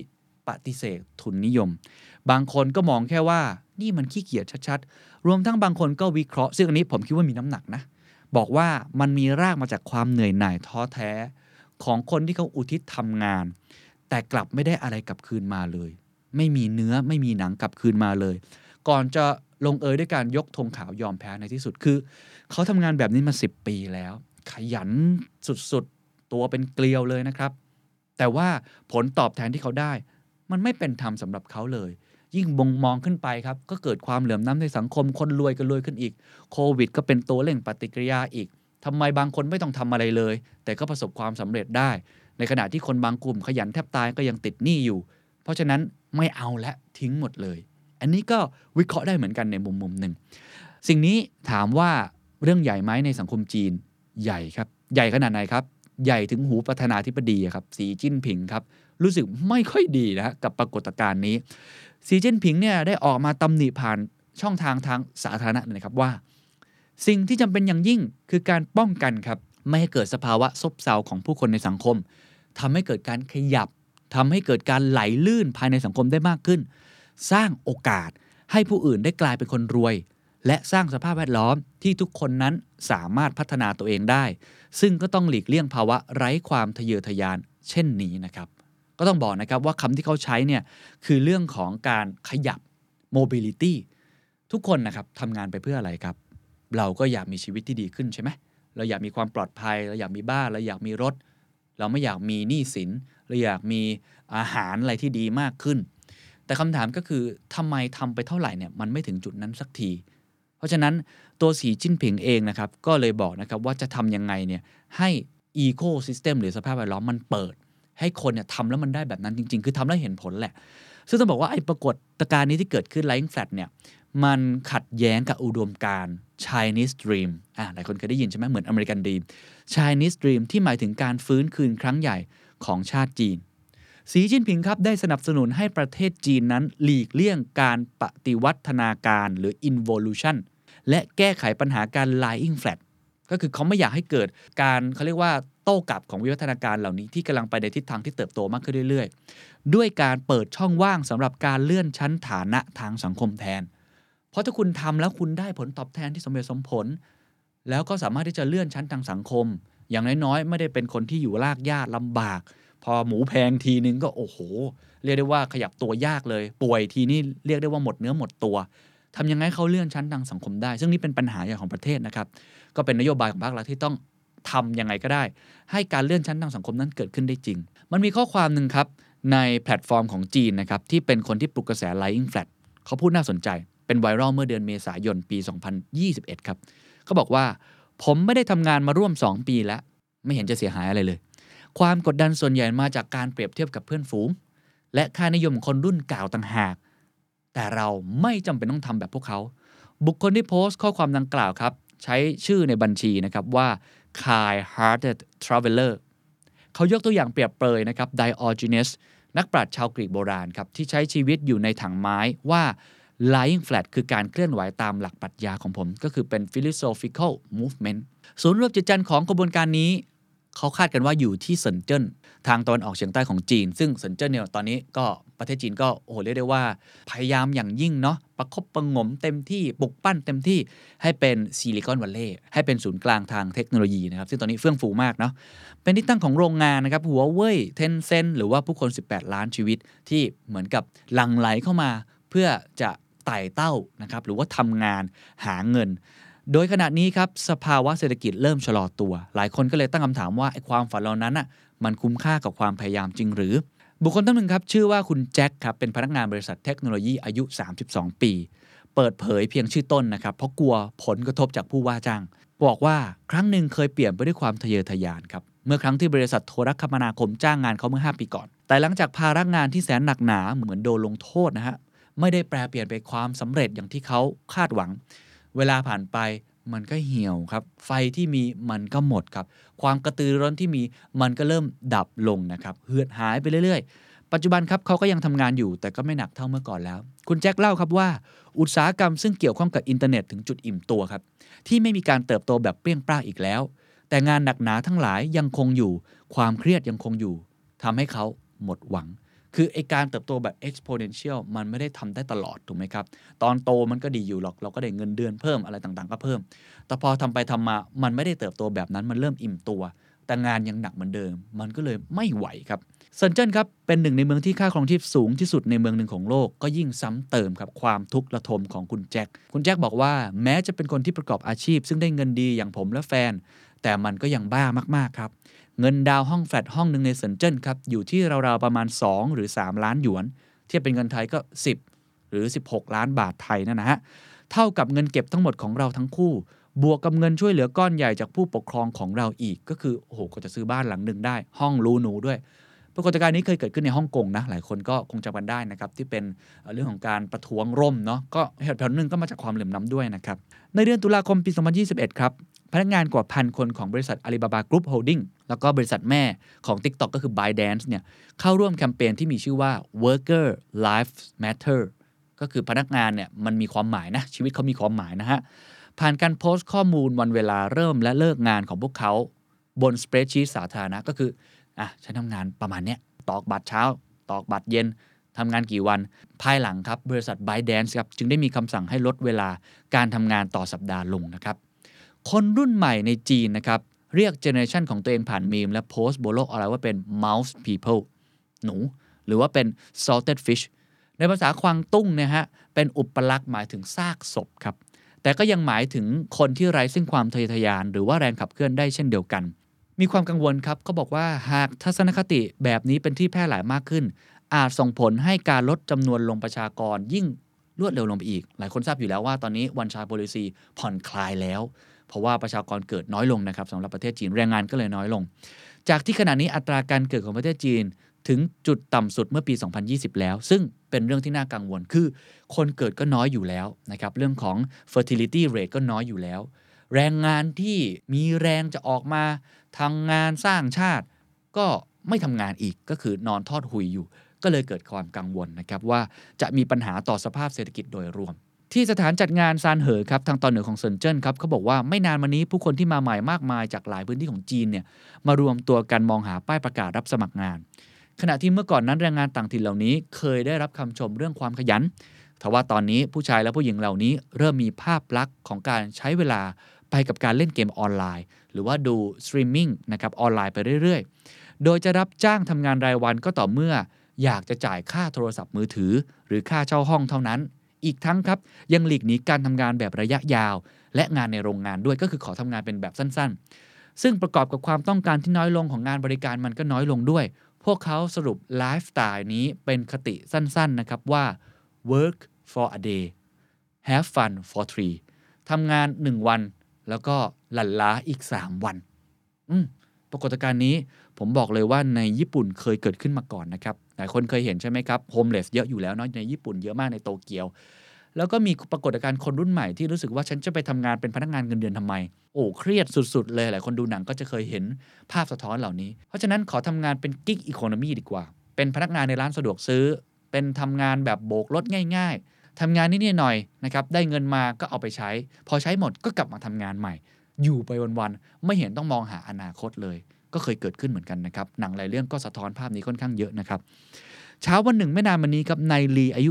ปฏิเสธทุนนิยมบางคนก็มองแค่ว่านี่มันขี้เกียจชัดๆรวมทั้งบางคนก็วิเคราะห์ซึ่งอันนี้ผมคิดว่ามีน้ำหนักนะบอกว่ามันมีรากมาจากความเหนื่อยหน่ายท้อแท้ของคนที่เขาอุทิศทำงานแต่กลับไม่ได้อะไรกลับคืนมาเลยไม่มีเนื้อไม่มีหนังกลับคืนมาเลยก่อนจะลงเอยด้วยการยกธงขาวยอมแพ้ในที่สุดคือเขาทำงานแบบนี้มา10 ปีแล้วขยันสุดๆตัวเป็นเกลียวเลยนะครับแต่ว่าผลตอบแทนที่เขาได้มันไม่เป็นธรรมสำหรับเขาเลยยิ่งมองขึ้นไปครับก็เกิดความเหลื่อมล้ำในสังคมคนรวยก็รวยขึ้นอีกโควิดก็เป็นตัวเร่งปฏิกิริยาอีกทำไมบางคนไม่ต้องทำอะไรเลยแต่ก็ประสบความสำเร็จได้ในขณะที่คนบางกลุ่มขยันแทบตายก็ยังติดหนี้อยู่เพราะฉะนั้นไม่เอาและทิ้งหมดเลยอันนี้ก็วิเคราะห์ได้เหมือนกันในมุมหนึ่งสิ่งนี้ถามว่าเรื่องใหญ่ไหมในสังคมจีนใหญ่ครับใหญ่ขนาดไหนครับใหญ่ถึงหูประธานาธิบดีครับสีจิ้นผิงครับรู้สึกไม่ค่อยดีนะกับปรากฏการณ์นี้สีจิ้นผิงเนี่ยได้ออกมาตำหนิผ่านช่องทางสาธารณะเลยครับว่าสิ่งที่จำเป็นอย่างยิ่งคือการป้องกันครับไม่ให้เกิดสภาวะซบเซาของผู้คนในสังคมทำให้เกิดการขยับทำให้เกิดการไหลลื่นภายในสังคมได้มากขึ้นสร้างโอกาสให้ผู้อื่นได้กลายเป็นคนรวยและสร้างสภาพแวดล้อมที่ทุกคนนั้นสามารถพัฒนาตัวเองได้ซึ่งก็ต้องหลีกเลี่ยงภาวะไร้ความทะเยอทะยานเช่นนี้นะครับก็ต้องบอกนะครับว่าคำที่เขาใช้เนี่ยคือเรื่องของการขยับ mobility ทุกคนนะครับทำงานไปเพื่ออะไรครับเราก็อยากมีชีวิตที่ดีขึ้นใช่ไหมเราอยากมีความปลอดภัยเราอยากมีบ้านเราอยากมีรถเราไม่อยากมีหนี้สินเราอยากมีอาหารอะไรที่ดีมากขึ้นแต่คำถามก็คือทำไมทำไปเท่าไหร่เนี่ยมันไม่ถึงจุดนั้นสักทีเพราะฉะนั้นตัวสีจิ้นผิงเองนะครับก็เลยบอกนะครับว่าจะทำยังไงเนี่ยให้อีโคซิสเต็มหรือสภาพแวดล้อมมันเปิดให้คนเนี่ยทำแล้วมันได้แบบนั้นจริงๆคือทำแล้วเห็นผลแหละซึ่งต้องบอกว่าไอ้ปรากฏการณ์นี้ที่เกิดขึ้น Lying Flat เนี่ยมันขัดแย้งกับอุดมการณ์ Chinese Dream หลายคนเคยได้ยินใช่ไหมเหมือน American Dream Chinese Dream ที่หมายถึงการฟื้นคืนครั้งใหญ่ของชาติจีนสีจิ้นผิงครับได้สนับสนุนให้ประเทศจีนนั้นหลีกเลี่ยงการปฏิวัฒนาการหรือ involution และแก้ไขปัญหาการ lying flat ก็คือเขาไม่อยากให้เกิดการเขาเรียกว่าโต้กลับของวิวัฒนาการเหล่านี้ที่กำลังไปในทิศทางที่เติบโตมากขึ้นเรื่อยๆด้วยการเปิดช่องว่างสำหรับการเลื่อนชั้นฐานะทางสังคมแทนเพราะถ้าคุณทำแล้วคุณได้ผลตอบแทนที่สมเหตุสมผลแล้วก็สามารถที่จะเลื่อนชั้นทางสังคมอย่างน้อยๆไม่ได้เป็นคนที่อยู่ลากยากลำบากพอหมูแพงทีนึงก็โอ้โหเรียกได้ว่าขยับตัวยากเลยป่วยทีนี่เรียกได้ว่าหมดเนื้อหมดตัวทำยังไงเขาเลื่อนชั้นทางสังคมได้ซึ่งนี่เป็นปัญหาใหญ่ของประเทศนะครับก็เป็นนโยบายของภาครัฐที่ต้องทำยังไงก็ได้ให้การเลื่อนชั้นทางสังคมนั้นเกิดขึ้นได้จริงมันมีข้อความหนึ่งครับในแพลตฟอร์มของจีนนะครับที่เป็นคนที่ปลุกกระแส Lying Flat เขาพูดน่าสนใจเป็นไวรัลเมื่อเดือนเมษายนปี 2021 ครับเขาบอกว่าผมไม่ได้ทำงานมาร่วม2 ปีแล้วไม่เห็นจะเสียหายอะไรเลยความกดดันส่วนใหญ่มาจากการเปรียบเทียบกับเพื่อนฝูงและค่านิยมของคนรุ่นเก่าต่างหากแต่เราไม่จำเป็นต้องทำแบบพวกเขาบุคคลที่โพสต์ข้อความดังกล่าวครับใช้ชื่อในบัญชีนะครับว่า Kind-hearted Traveler เขายกตัวอย่างเปรียบเปรยนะครับ Diogenes นักปราชญ์ชาวกรีกโบราณครับที่ใช้ชีวิตอยู่ในถังไม้ว่า Lying Flat คือการเคลื่อนไหวตามหลักปรัชญาของผมก็คือเป็น philosophical movement ศูนย์รวมจิตจันทร์ของกระบวนการนี้เขาคาดกันว่าอยู่ที่เซินเจิ้นทางตะวันออกเฉียงใต้ของจีนซึ่งเซินเจิ้นเนี่ยตอนนี้ก็ประเทศจีนก็เรียกได้ว่าพยายามอย่างยิ่งเนาะประคบประหงมเต็มที่ปลุกปั้นเต็มที่ให้เป็นซิลิคอนวัลเลย์ให้เป็นศูนย์กลางทางเทคโนโลยีนะครับซึ่งตอนนี้เฟื่องฟูมากเนาะเป็นที่ตั้งของโรงงานนะครับหัวเว่ยเทนเซ็นหรือว่าผู้คน18 ล้านชีวิตที่เหมือนกับหลั่งไหลเข้ามาเพื่อจะไต่เต้านะครับหรือว่าทำงานหาเงินโดยขณะนี้ครับสภาวะเศรษฐกิจเริ่มชะลอตัวหลายคนก็เลยตั้งคำถามว่าไอ้ความฝันเหล่านั้นน่ะมันคุ้มค่ากับความพยายามจริงหรือบุคคลท่านหนึ่งครับชื่อว่าคุณแจ็คครับเป็นพนักงานบริษัทเทคโนโลยีอายุ32 ปีเปิดเผยเพียงชื่อต้นนะครับเพราะกลัวผลกระทบจากผู้ว่าจ้างบอกว่าครั้งหนึ่งเคยเปลี่ยนไปด้วยความทะเยอทะยานครับเมื่อครั้งที่บริษัทโทรคมนาคมจ้างงานเขาเมื่อ5 ปีก่อนแต่หลังจากภาระงานที่แสนหนักหนาเหมือนโดนลงโทษนะฮะไม่ได้แปลเปลี่ยนไปความสำเร็จอย่างที่เขาคาดหวังเวลาผ่านไปมันก็เหี่ยวครับไฟที่มีมันก็หมดครับความกระตือรือร้นที่มีมันก็เริ่มดับลงนะครับเหือดหายไปเรื่อยๆปัจจุบันครับเขาก็ยังทำงานอยู่แต่ก็ไม่หนักเท่าเมื่อก่อนแล้วคุณแจ็คเล่าครับว่าอุตสาหกรรมซึ่งเกี่ยวข้องกับอินเทอร์เน็ตถึงจุดอิ่มตัวครับที่ไม่มีการเติบโตแบบเปรี้ยงปร้างอีกแล้วแต่งานหนักหนาทั้งหลายยังคงอยู่ความเครียดยังคงอยู่ทำให้เขาหมดหวังคือไอการเติบโตแบบ exponential มันไม่ได้ทำได้ตลอดถูกไหมครับตอนโตมันก็ดีอยู่หรอกเราก็ได้เงินเดือนเพิ่มอะไรต่างๆก็เพิ่มแต่พอทำไปทำมามันไม่ได้เติบโตแบบนั้นมันเริ่มอิ่มตัวแต่งานยังหนักเหมือนเดิมมันก็เลยไม่ไหวครับเซินเจิ้นครับเป็นหนึ่งในเมืองที่ค่าครองชีพสูงที่สุดในเมืองหนึ่งของโลกก็ยิ่งซ้ำเติมครับความทุกข์ระทมของคุณแจ็คบอกว่าแม้จะเป็นคนที่ประกอบอาชีพซึ่งได้เงินดีอย่างผมและแฟนแต่มันก็ยังบ้ามากๆครับเงินดาวห้องแฟลตห้องหนึ่งในเซินเจิ้นครับอยู่ที่ราวๆประมาณ2หรือ3ล้านหยวนเทียบเป็นเงินไทยก็10หรือ16ล้านบาทไทยนั่นนะฮะเท่ากับเงินเก็บทั้งหมดของเราทั้งคู่บวกกับเงินช่วยเหลือก้อนใหญ่จากผู้ปกครองของเราอีกก็คือโอ้โหก็จะซื้อบ้านหลังหนึ่งได้ห้องรูหนูด้วยปรากฏการณ์นี้เคยเกิดขึ้นในฮ่องกงนะหลายคนก็คงจำกันได้นะครับที่เป็นเรื่องของการประท้วงร่มเนาะก็เหตุผลหนึ่งก็มาจากความเหลื่อมล้ำด้วยนะครับในเดือนตุลาคมปี 2021 ครับพนักงานกว่า 1,000 คนของบริษัท Alibaba Group Holding แล้วก็บริษัทแม่ของ TikTok ก็คือ ByteDance เนี่ยเข้าร่วมแคมเปญที่มีชื่อว่า Worker Lives Matter ก็คือพนักงานเนี่ยมันมีความหมายนะชีวิตเขามีความหมายนะฮะผ่านการโพสต์ข้อมูลวันเวลาเริ่มและเลิกงานของพวกเขาบนสเปรดชีตสาธารณะก็คือฉันทำงานประมาณเนี้ยตอกบัตรเช้าตอกบัตรเย็นทำงานกี่วันภายหลังครับบริษัท ByteDance ครับจึงได้มีคำสั่งให้ลดเวลาการทำงานต่อสัปดาห์ลงนะครับคนรุ่นใหม่ในจีนนะครับเรียกเจเนอเรชันของตัวเองผ่านมีมและโพสต์บนโลกออนไลน์ว่าเป็น mouse people หนูหรือว่าเป็น salted fish ในภาษาควางตุ้งเนี่ยฮะเป็นอุปลักษณ์หมายถึงซากศพครับแต่ก็ยังหมายถึงคนที่ไร้ซึ่งความทะเยอทะยานหรือว่าแรงขับเคลื่อนได้เช่นเดียวกันมีความกังวลครับเขาบอกว่าหากทัศนคติแบบนี้เป็นที่แพร่หลายมากขึ้นอาจส่งผลให้การลดจำนวนลงประชากรยิ่งรวดเร็วลงไปอีกหลายคนทราบอยู่แล้วว่าตอนนี้ One Child Policy ผ่อนคลายแล้วเพราะว่าประชากรเกิดน้อยลงนะครับสำหรับประเทศจีนแรงงานก็เลยน้อยลงจากที่ขณะนี้อัตราการเกิดของประเทศจีนถึงจุดต่ำสุดเมื่อปี 2020 แล้วซึ่งเป็นเรื่องที่น่ากังวลคือคนเกิดก็น้อยอยู่แล้วนะครับเรื่องของ fertility rate ก็น้อยอยู่แล้วแรงงานที่มีแรงจะออกมาทำงานสร้างชาติก็ไม่ทำงานอีกก็คือนอนทอดหุยอยู่ก็เลยเกิดความกังวลนะครับว่าจะมีปัญหาต่อสภาพเศรษฐกิจโดยรวมที่สถานจัดงานซานเหอครับทางตอนเหนือของเซินเจิ้นครับเขาบอกว่าไม่นานมานี้ผู้คนที่มาใหม่มากมายจากหลายพื้นที่ของจีนเนี่ยมารวมตัวกันมองหาป้ายประกาศรับสมัครงานขณะที่เมื่อก่อนนั้นแรงงานต่างถิ่นเหล่านี้เคยได้รับคำชมเรื่องความขยันทว่าตอนนี้ผู้ชายและผู้หญิงเหล่านี้เริ่มมีภาพลักษณ์ของการใช้เวลาไปกับการเล่นเกมออนไลน์หรือว่าดูสตรีมมิ่งนะครับออนไลน์ไปเรื่อยๆโดยจะรับจ้างทำงานรายวันก็ต่อเมื่ออยากจะจ่ายค่าโทรศัพท์มือถือหรือค่าเช่าห้องเท่านั้นอีกทั้งครับยังหลีกหนีการทำงานแบบระยะยาวและงานในโรงงานด้วยก็คือขอทำงานเป็นแบบสั้นๆซึ่งประกอบกับความต้องการที่น้อยลงของงานบริการมันก็น้อยลงด้วยพวกเขาสรุปไลฟ์สไตล์นี้เป็นคติสั้นๆนะครับว่า work for a day have fun for 3ทำงาน1วันแล้วก็หลั่นล้าอีก3วันปรากฏการณ์นี้ผมบอกเลยว่าในญี่ปุ่นเคยเกิดขึ้นมาก่อนนะครับหลายคนเคยเห็นใช่ไหมครับโฮมเลสเยอะอยู่แล้วเนาะในญี่ปุ่นเยอะมากในโตเกียวแล้วก็มีปรากฏการณ์คนรุ่นใหม่ที่รู้สึกว่าฉันจะไปทำงานเป็นพนักงานเงินเดือนทำไมโอ้เครียดสุดๆเลยหลายคนดูหนังก็จะเคยเห็นภาพสะท้อนเหล่านี้เพราะฉะนั้นขอทำงานเป็นกิ๊กอีโคโนมีดีกว่าเป็นพนักงานในร้านสะดวกซื้อเป็นทำงานแบบโบกรถง่ายๆทำงานนิดๆหน่อยๆนะครับได้เงินมาก็เอาไปใช้พอใช้หมดก็กลับมาทำงานใหม่อยู่ไปวันๆไม่เห็นต้องมองหาอนาคตเลยก็เคยเกิดขึ้นเหมือนกันนะครับหนังหลายเรื่องก็สะท้อนภาพนี้ค่อนข้างเยอะนะครับเช้าวันหนึ่งไม่นานมานี้ครับนายลีอายุ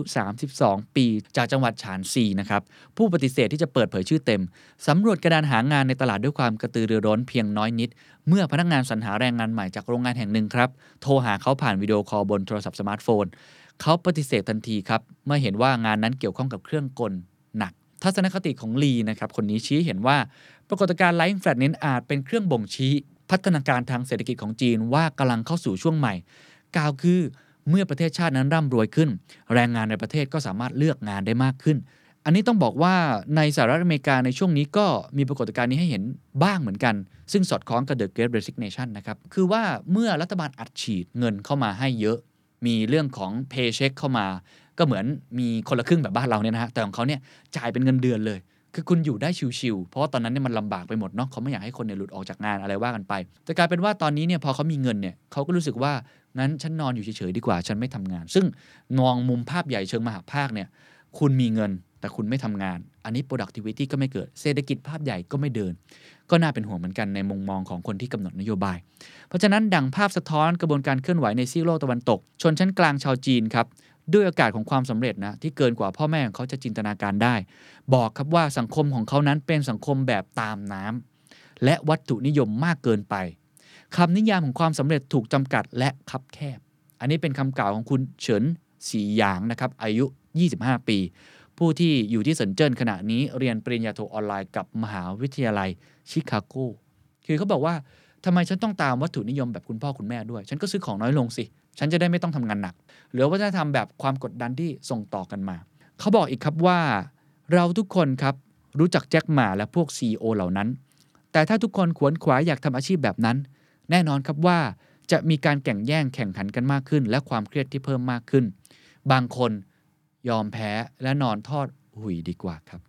32ปีจากจังหวัดฉานซีนะครับผู้ปฏิเสธที่จะเปิดเผยชื่อเต็มสำรวจกระดานหางานในตลาดด้วยความกระตือรือร้นเพียงน้อยนิดเมื่อพนักงานสรรหาแรงงานใหม่จากโรงงานแห่งหนึ่งครับโทรหาเขาผ่านวิดีโอคอลบนโทรศัพท์สมาร์ทโฟนเขาปฏิเสธทันทีครับเมื่อเห็นว่างานนั้นเกี่ยวข้องกับเครื่องกลหนักทัศนคติของลีนะครับคนนี้ชี้เห็นว่าปรากฏการณ์ไลฟ์แฟลตนั้นอาจเป็นเครื่องบ่งชี้พัฒนาการทางเศรษฐกิจของจีนว่ากำลังเข้าสู่ช่วงใหม่กล่าวคือเมื่อประเทศชาตินั้นร่ำรวยขึ้นแรงงานในประเทศก็สามารถเลือกงานได้มากขึ้นอันนี้ต้องบอกว่าในสหรัฐอเมริกาในช่วงนี้ก็มีปรากฏการณ์นี้ให้เห็นบ้างเหมือนกันซึ่งสอดคล้องกับ The Great Resignation นะครับคือว่าเมื่อรัฐบาลอัดฉีดเงินเข้ามาให้เยอะมีเรื่องของ Paycheck เข้ามาก็เหมือนมีคนละครึ่งแบบบ้านเราเนี่ยนะฮะแต่ของเขาเนี่ยจ่ายเป็นเงินเดือนเลยคือคุณอยู่ได้ชิวๆเพราะว่าตอนนั้นเนี่ยมันลำบากไปหมดเนาะเขาไม่อยากให้คนเนี่ยหลุดออกจากงานอะไรว่ากันไปแต่กลายเป็นว่าตอนนี้เนี่ยพอเขามีเงินเนี่ยเขาก็รู้สึกว่างั้นฉันนอนอยู่เฉยๆดีกว่าฉันไม่ทำงานซึ่งมองมุมภาพใหญ่เชิงมหาภาคเนี่ยคุณมีเงินแต่คุณไม่ทำงานอันนี้ productivity ก็ไม่เกิดเศรษฐกิจภาพใหญ่ก็ไม่เดินก็น่าเป็นห่วงเหมือนกันในมุมมองของคนที่กำหนดนโยบายเพราะฉะนั้นดังภาพสะท้อนกระบวนการเคลื่อนไหวในซีกโลกตะวันตกชนชั้นกลางชาวจีนครับด้วยโอกาสของความสำเร็จนะที่เกินกว่าพ่อแม่ของเขาจะจินตนาการได้บอกครับว่าสังคมของเขานั้นเป็นสังคมแบบตามน้ำและวัตถุนิยมมากเกินไปคำนิยามของความสำเร็จถูกจำกัดและคับแคบอันนี้เป็นคำกล่าวของคุณเฉินสีหยางนะครับอายุ25ปีผู้ที่อยู่ที่เซินเจิ้นขณะนี้เรียนปริญญาโทออนไลน์กับมหาวิทยาลัยชิคาโกคือเขาบอกว่าทำไมฉันต้องตามวัตถุนิยมแบบคุณพ่อคุณแม่ด้วยฉันก็ซื้อของน้อยลงสิฉันจะได้ไม่ต้องทำงานหนักหรือว่าจะทำแบบความกดดันที่ส่งต่อกันมาเขาบอกอีกครับว่าเราทุกคนครับรู้จักแจ็คหม่าและพวก CEO เหล่านั้นแต่ถ้าทุกคนขวนขวายอยากทำอาชีพแบบนั้นแน่นอนครับว่าจะมีการแข่งแย่งแข่งขันกันมากขึ้นและความเครียดที่เพิ่มมากขึ้นบางคนยอมแพ้และนอนทอดหุยดีกว่าครับ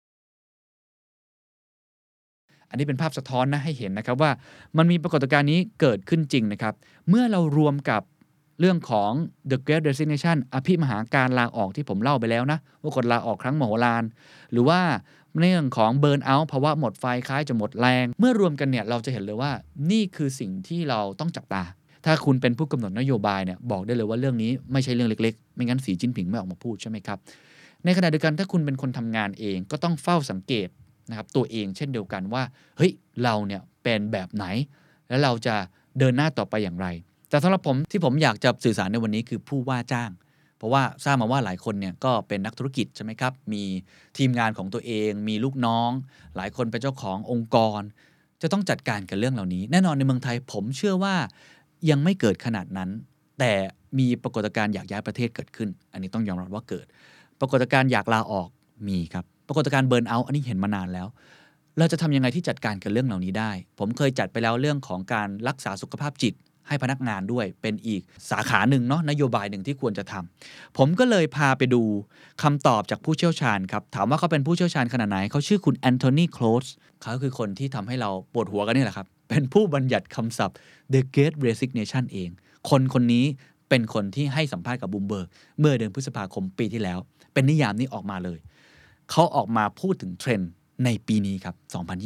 อันนี้เป็นภาพสะท้อนนะให้เห็นนะครับว่ามันมีปรากฏการณ์นี้เกิดขึ้นจริงนะครับเมื่อเรารวมกับเรื่องของ The Great Resignation อภิมหาการลาออกที่ผมเล่าไปแล้วนะว่าคนลาออกครั้งมโหฬารหรือว่าเรื่องของ Burn Out ภาวะหมดไฟคล้ายจะหมดแรงเมื่อรวมกันเนี่ยเราจะเห็นเลยว่านี่คือสิ่งที่เราต้องจับตาถ้าคุณเป็นผู้กำหนดนโยบายเนี่ยบอกได้เลยว่าเรื่องนี้ไม่ใช่เรื่องเล็กๆไม่งั้นสีจิ้นผิงไม่ออกมาพูดใช่ไหมครับในขณะเดียวกันถ้าคุณเป็นคนทำงานเองก็ต้องเฝ้าสังเกตนะครับตัวเองเช่นเดียวกันว่าเฮ้ยเราเนี่ยเป็นแบบไหนแล้วเราจะเดินหน้าต่อไปอย่างไรแต่สำหรับผมที่ผมอยากจะสื่อสารในวันนี้คือผู้ว่าจ้างเพราะว่าทราบมาว่าหลายคนเนี่ยก็เป็นนักธุรกิจใช่ไหมครับมีทีมงานของตัวเองมีลูกน้องหลายคนเป็นเจ้าขององค์กรจะต้องจัดการกับเรื่องเหล่านี้แน่นอนในเมืองไทยผมเชื่อว่ายังไม่เกิดขนาดนั้นแต่มีปรากฏการณ์อยากย้ายประเทศเกิดขึ้นอันนี้ต้องยอมรับว่าเกิดปรากฏการณ์อยากลาออกมีครับปรากฏการณ์เบิร์นเอาท์อันนี้เห็นมานานแล้วเราจะทำยังไงที่จัดการกับเรื่องเหล่านี้ได้ผมเคยจัดไปแล้วเรื่องของการรักษาสุขภาพจิตให้พนักงานด้วยเป็นอีกสาขาหนึ่งเนาะนโยบายหนึ่งที่ควรจะทำผมก็เลยพาไปดูคำตอบจากผู้เชี่ยวชาญครับถามว่าเขาเป็นผู้เชี่ยวชาญขนาดไหนเขาชื่อคุณแอนโทนีโคลสเขาคือคนที่ทำให้เราปวดหัวกันนี่แหละครับเป็นผู้บัญญัติคำศัพท์ The Great Resignation เองคนนี้เป็นคนที่ให้สัมภาษณ์กับบูมเบิร์กเมื่อเดือนพฤษภาคมปีที่แล้วเป็นนิยามนี้ออกมาเลยเขาออกมาพูดถึงเทรนด์ในปีนี้ครับ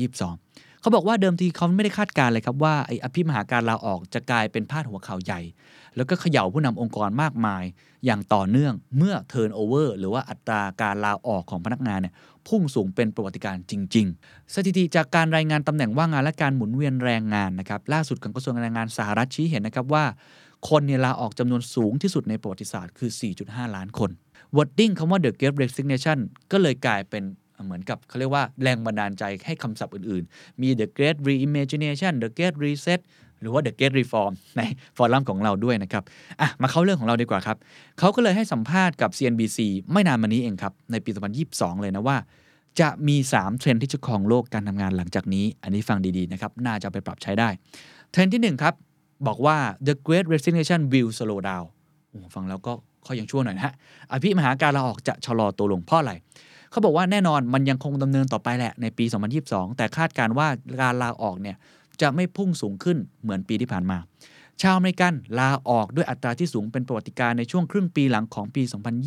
2022เขาบอกว่าเดิมทีเขาไม่ได้คาดการณ์เลยครับว่าไอ้อภิมหาการลาออกจะกลายเป็นพาดหัวข่าวใหญ่แล้วก็เขย่าผู้นำองค์กรมากมายอย่างต่อเนื่องเมื่อ turnover หรือว่าอัตราการลาออกของพนักงานเนี่ยพุ่งสูงเป็นประวัติการณ์จริงๆสถิติจากการรายงานตำแหน่งว่างงานและการหมุนเวียนแรงงานนะครับล่าสุดของกระทรวงแรงงานสหรัฐชี้เห็นนะครับว่าคนเนี่ยลาออกจำนวนสูงที่สุดในประวัติศาสตร์คือ 4.5 ล้านคน wording คำว่า The Great Resignation ก็เลยกลายเป็นเหมือนกับเขาเรียกว่าแรงบันดาลใจให้คำศัพท์อื่นๆมี The Great Reimagination The Great Reset หรือว่า The Great Reform ในฟอรัมของเราด้วยนะครับมาเข้าเรื่องของเราดีกว่าครับเขาก็เลยให้สัมภาษณ์กับ CNBC ไม่นานมานี้เองครับในปี2022เลยนะว่าจะมี3เทรนด์ที่จะครองโลกการทำงานหลังจากนี้อันนี้ฟังดีๆนะครับน่าจะไปปรับใช้ได้เทรนด์ที่1ครับบอกว่า The Great Resignation will slow down ฟังแล้วก็ข้อยังชั่วหน่อยนะฮะอภิมหาการลาออกจะชะลอตัวลงเพราะอะไรเขาบอกว่าแน่นอนมันยังคงดำเนินต่อไปแหละในปี2022แต่คาดการว่าการลาออกเนี่ยจะไม่พุ่งสูงขึ้นเหมือนปีที่ผ่านมาชาวอเมริกันลาออกด้วยอัตราที่สูงเป็นประวัติการณ์ในช่วงครึ่งปีหลังของปี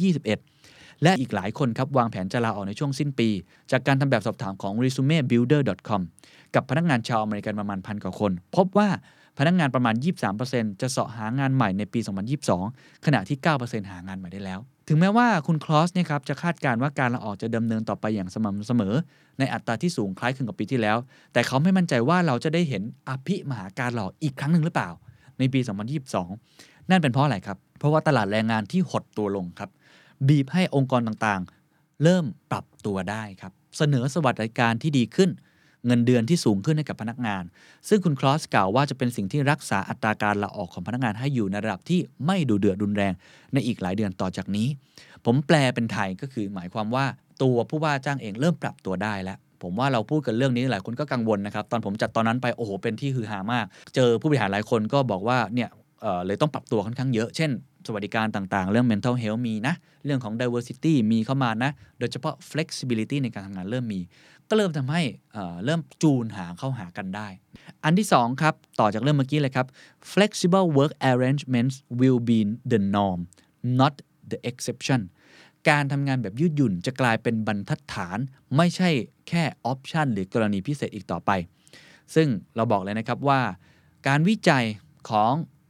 2021และอีกหลายคนครับวางแผนจะลาออกในช่วงสิ้นปีจากการทำแบบสอบถามของ resumebuilder.com กับพนักงานชาวอเมริกันประมาณ 1,000 กว่าคนพบว่าพนักงานประมาณ 23% จะเสาะหางานใหม่ในปี2022ขณะที่ 9% หางานใหม่ได้แล้วถึงแม้ว่าคุณคลอสเนี่ยครับจะคาดการณ์ว่าการลาออกจะดำเนินต่อไปอย่างสม่ำเสมอในอัตราที่สูงคล้ายคลึงกับปีที่แล้วแต่เขาไม่มั่นใจว่าเราจะได้เห็นอภิมหาการลาออกอีกครั้งหนึ่งหรือเปล่าในปี2022นั่นเป็นเพราะอะไรครับเพราะว่าตลาดแรงงานที่หดตัวลงครับบีบให้องค์กรต่างๆเริ่มปรับตัวได้ครับเสนอสวัสดิการที่ดีขึ้นเงินเดือนที่สูงขึ้นให้กับพนักงานซึ่งคุณคลอสกล่าวว่าจะเป็นสิ่งที่รักษาอัตราการลาออกของพนักงานให้อยู่ในระดับที่ไม่ดุเดือดรุนแรงในอีกหลายเดือนต่อจากนี้ผมแปลเป็นไทยก็คือหมายความว่าตัวผู้ว่าจ้างเองเริ่มปรับตัวได้แล้วผมว่าเราพูดกันเรื่องนี้หลายคนก็กังวลนะครับตอนผมจัดตอนนั้นไปโอ้โหเป็นที่ฮือฮามากเจอผู้บริหารหลายคนก็บอกว่าเนี่ยเลยต้องปรับตัวค่อนข้างเยอะเช่นสวัสดิการต่างๆเรื่อง mental health มีนะเรื่องของ diversity มีเข้ามานะโดยเฉพาะ flexibility ในการทำงานเริ่มมีก็เริ่มทำให้เริ่มจูนเข้าหากันได้อันที่2ครับต่อจากเรื่องเมื่อกี้เลยครับ flexible work arrangements will be the norm not the exception การทำงานแบบยืดหยุ่นจะกลายเป็นบรรทัดฐานไม่ใช่แค่ออปชันหรือกรณีพิเศษอีกต่อไปซึ่งเราบอกเลยนะครับว่าการวิจัยของ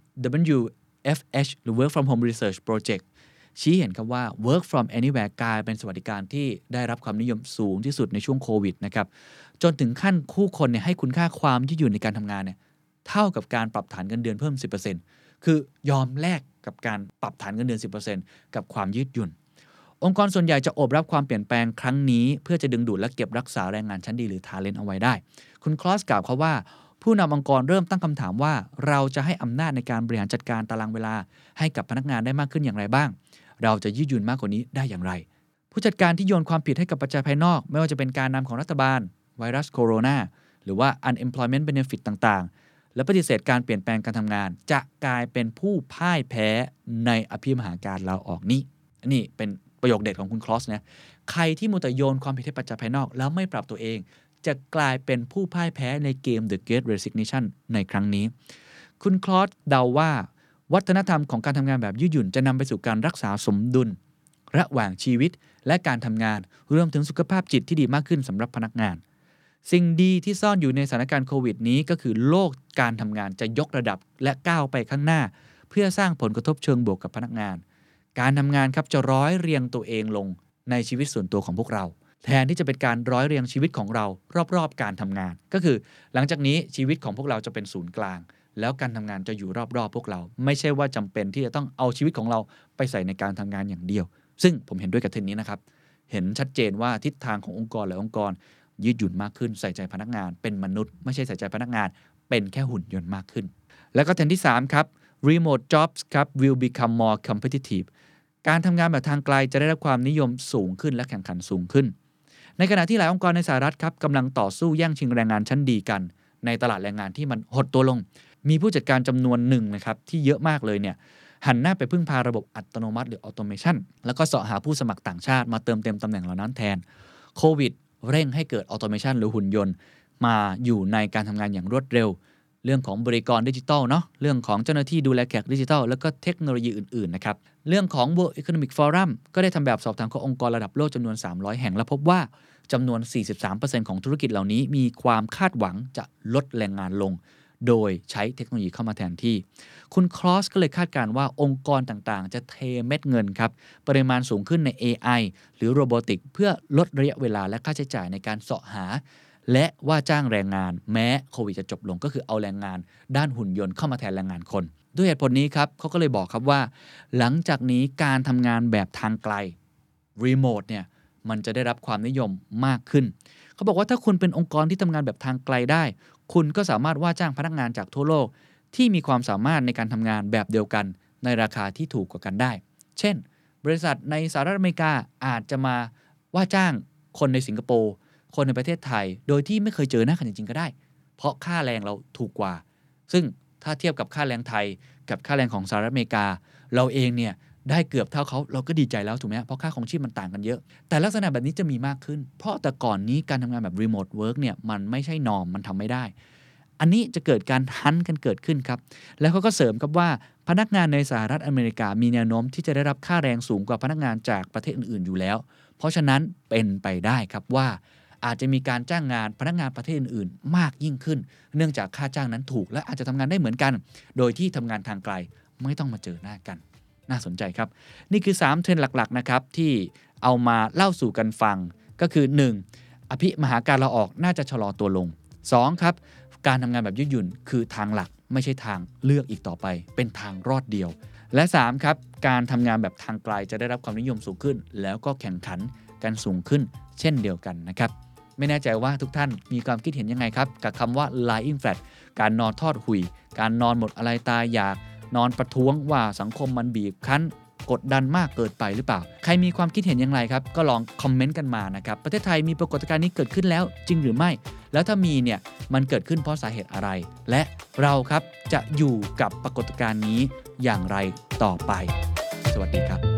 WFH หรือ Work from Home Research Project ชี้เห็นครับว่า Work from Anywhere กลายเป็นสวัสดิการที่ได้รับความนิยมสูงที่สุดในช่วงโควิดนะครับจนถึงขั้นคู่คนให้คุณค่าความยืดหยุ่นในการทำงานเนี่ยเท่ากับการปรับฐานเงินเดือนเพิ่ม 10% คือยอมแลกกับการปรับฐานเงินเดือน 10% กับความยืดหยุ่นองค์กรส่วนใหญ่จะโอบรับความเปลี่ยนแปลงครั้งนี้เพื่อจะดึงดูดและเก็บรักษาแรงงานชั้นดีหรือ talent เอาไว้ได้คุณคลอสกล่าวเขาว่าผู้นำองค์กรเริ่มตั้งคำถามว่าเราจะให้อำนาจในการบริหารจัดการตารางเวลาให้กับพนักงานได้มากขึ้นอย่างไรบ้างเราจะยืดหยุ่นมากกว่านี้ได้อย่างไรผู้จัดการที่โยนความผิดให้กับปัจจัยภายนอกไม่ว่าจะเป็นการนำของรัฐบาลไวรัสโคโรนาหรือว่า unemployment benefit ต่างๆและปฏิเสธการเปลี่ยนแปลงการทำงานจะกลายเป็นผู้พ่ายแพ้ในอภิมหาการลาออกนี้นี่เป็นประโยคเด็ดของคุณคลอสนะใครที่มัวแต่โยนความผิดให้ปัจจัยภายนอกแล้วไม่ปรับตัวเองจะกลายเป็นผู้พ่ายแพ้ในเกม The Great Resignation ในครั้งนี้คุณคลอสเดาว่าวัฒนธรรมของการทำงานแบบยืดหยุ่นจะนำไปสู่การรักษาสมดุลระหว่างชีวิตและการทำงานรวมถึงสุขภาพจิตที่ดีมากขึ้นสำหรับพนักงานสิ่งดีที่ซ่อนอยู่ในสถานการณ์โควิดนี้ก็คือโลกการทำงานจะยกระดับและก้าวไปข้างหน้าเพื่อสร้างผลกระทบเชิงบวกกับพนักงานการทำงานครับจะร้อยเรียงตัวเองลงในชีวิตส่วนตัวของพวกเราแทนที่จะเป็นการร้อยเรียงชีวิตของเรารอบๆการทำงานก็คือหลังจากนี้ชีวิตของพวกเราจะเป็นศูนย์กลางแล้วการทำงานจะอยู่รอบๆพวกเราไม่ใช่ว่าจำเป็นที่จะต้องเอาชีวิตของเราไปใส่ในการทำงานอย่างเดียวซึ่งผมเห็นด้วยกับเทรนด์นี้นะครับเห็นชัดเจนว่าทิศทางขององค์กรหลายองค์กรยืดหยุ่นมากขึ้นใส่ใจพนักงานเป็นมนุษย์ไม่ใช่ใส่ใจพนักงานเป็นแค่หุ่นยนต์มากขึ้นแล้วก็เทรนด์ที่3ครับ remote jobs ครับ will become more competitive การทำงานแบบทางไกลจะได้รับความนิยมสูงขึ้นและแข่งขันสูงขึ้นในขณะที่หลายองค์กรในสหรัฐครับกำลังต่อสู้แย่งชิงแรงงานชั้นดีกันในตลาดแรงงานที่มันหดตัวลงมีผู้จัดการจำนวนหนึ่งนะครับที่เยอะมากเลยเนี่ยหันหน้าไปพึ่งพาระบบอัตโนมัติหรือออโตเมชันแล้วก็เสาะหาผู้สมัครต่างชาติมาเติมเต็มตำแหน่งเหล่านั้นแทนโควิดเร่งให้เกิดออโตเมชันหรือหุ่นยนต์มาอยู่ในการทำงานอย่างรวดเร็วเรื่องของบริกรดิจิทัลเนาะเรื่องของเจ้าหน้าที่ดูแลแขกดิจิทัลแล้วก็เทคโนโลยีอื่นๆนะครับเรื่องของ World Economic Forum ก็ได้ทำแบบสอบถามขององค์กรระดับโลกจำนวน300แห่งและพบว่าจำนวน 43% ของธุรกิจเหล่านี้มีความคาดหวังจะลดแรงงานลงโดยใช้เทคโนโลยีเข้ามาแทนที่คุณคลอสก็เลยคาดการณ์ว่าองค์กรต่างๆจะเทเม็ดเงินครับปริมาณสูงขึ้นใน AI หรือโรบอติกเพื่อลดระยะเวลาและค่าใช้จ่ายในการเสาะหาและว่าจ้างแรงงานแม้โควิดจะจบลงก็คือเอาแรงงานด้านหุ่นยนต์เข้ามาแทนแรงงานคนด้วยเหตุผลนี้ครับเขาก็เลยบอกครับว่าหลังจากนี้การทำงานแบบทางไกลรีโมทเนี่ยมันจะได้รับความนิยมมากขึ้นเขาบอกว่าถ้าคุณเป็นองค์กรที่ทำงานแบบทางไกลได้คุณก็สามารถว่าจ้างพนักงานจากทั่วโลกที่มีความสามารถในการทำงานแบบเดียวกันในราคาที่ถูกกว่ากันได้เช่นบริษัทในสหรัฐอเมริกาอาจจะมาว่าจ้างคนในสิงคโปร์คนในประเทศไทยโดยที่ไม่เคยเจอหน้ากันจริงๆก็ได้เพราะค่าแรงเราถูกกว่าซึ่งถ้าเทียบกับค่าแรงไทยกับค่าแรงของสหรัฐอเมริกาเราเองเนี่ยได้เกือบเท่าเขาเราก็ดีใจแล้วถูกไหมเพราะค่าของชีพมันต่างกันเยอะแต่ลักษณะแบบนี้จะมีมากขึ้นเพราะแต่ก่อนนี้การทำงานแบบรีโมทเวิร์กเนี่ยมันไม่ใช่นอร์มมันทำไม่ได้อันนี้จะเกิดการฮันต์กันเกิดขึ้นครับแล้วเขาก็เสริมครับว่าพนักงานในสหรัฐอเมริกามีแนวโน้มที่จะได้รับค่าแรงสูงกว่าพนักงานจากประเทศอื่นๆอยู่แล้วเพราะฉะนั้นเป็นไปได้ครับว่าอาจจะมีการจ้างงานพนักงานประเทศอื่นๆมากยิ่งขึ้นเนื่องจากค่าจ้างนั้นถูกและอาจจะทำงานได้เหมือนกันโดยที่ทำงานทางไกลไม่ต้องมาเจอหน้ากันน่าสนใจครับนี่คือ3เทรนด์หลักๆนะครับที่เอามาเล่าสู่กันฟังก็คือ 1. อภิมหาการลาออกน่าจะชะลอตัวลง 2. ครับการทำงานแบบยืดหยุ่นคือทางหลักไม่ใช่ทางเลือกอีกต่อไปเป็นทางรอดเดียวและ 3. ครับการทำงานแบบทางไกลจะได้รับความนิยมสูงขึ้นแล้วก็แข่งขันกันสูงขึ้นเช่นเดียวกันนะครับไม่แน่ใจว่าทุกท่านมีความคิดเห็นยังไงครับกับคำว่า lying flat การนอนทอดหุยการนอนหมดอะไรตายอยากนอนประท้วงว่าสังคมมันบีบคั้นกดดันมากเกินไปหรือเปล่าใครมีความคิดเห็นอย่างไรครับก็ลองคอมเมนต์กันมานะครับประเทศไทยมีปรากฏการณ์นี้เกิดขึ้นแล้วจริงหรือไม่แล้วถ้ามีเนี่ยมันเกิดขึ้นเพราะสาเหตุอะไรและเราครับจะอยู่กับปรากฏการณ์นี้อย่างไรต่อไปสวัสดีครับ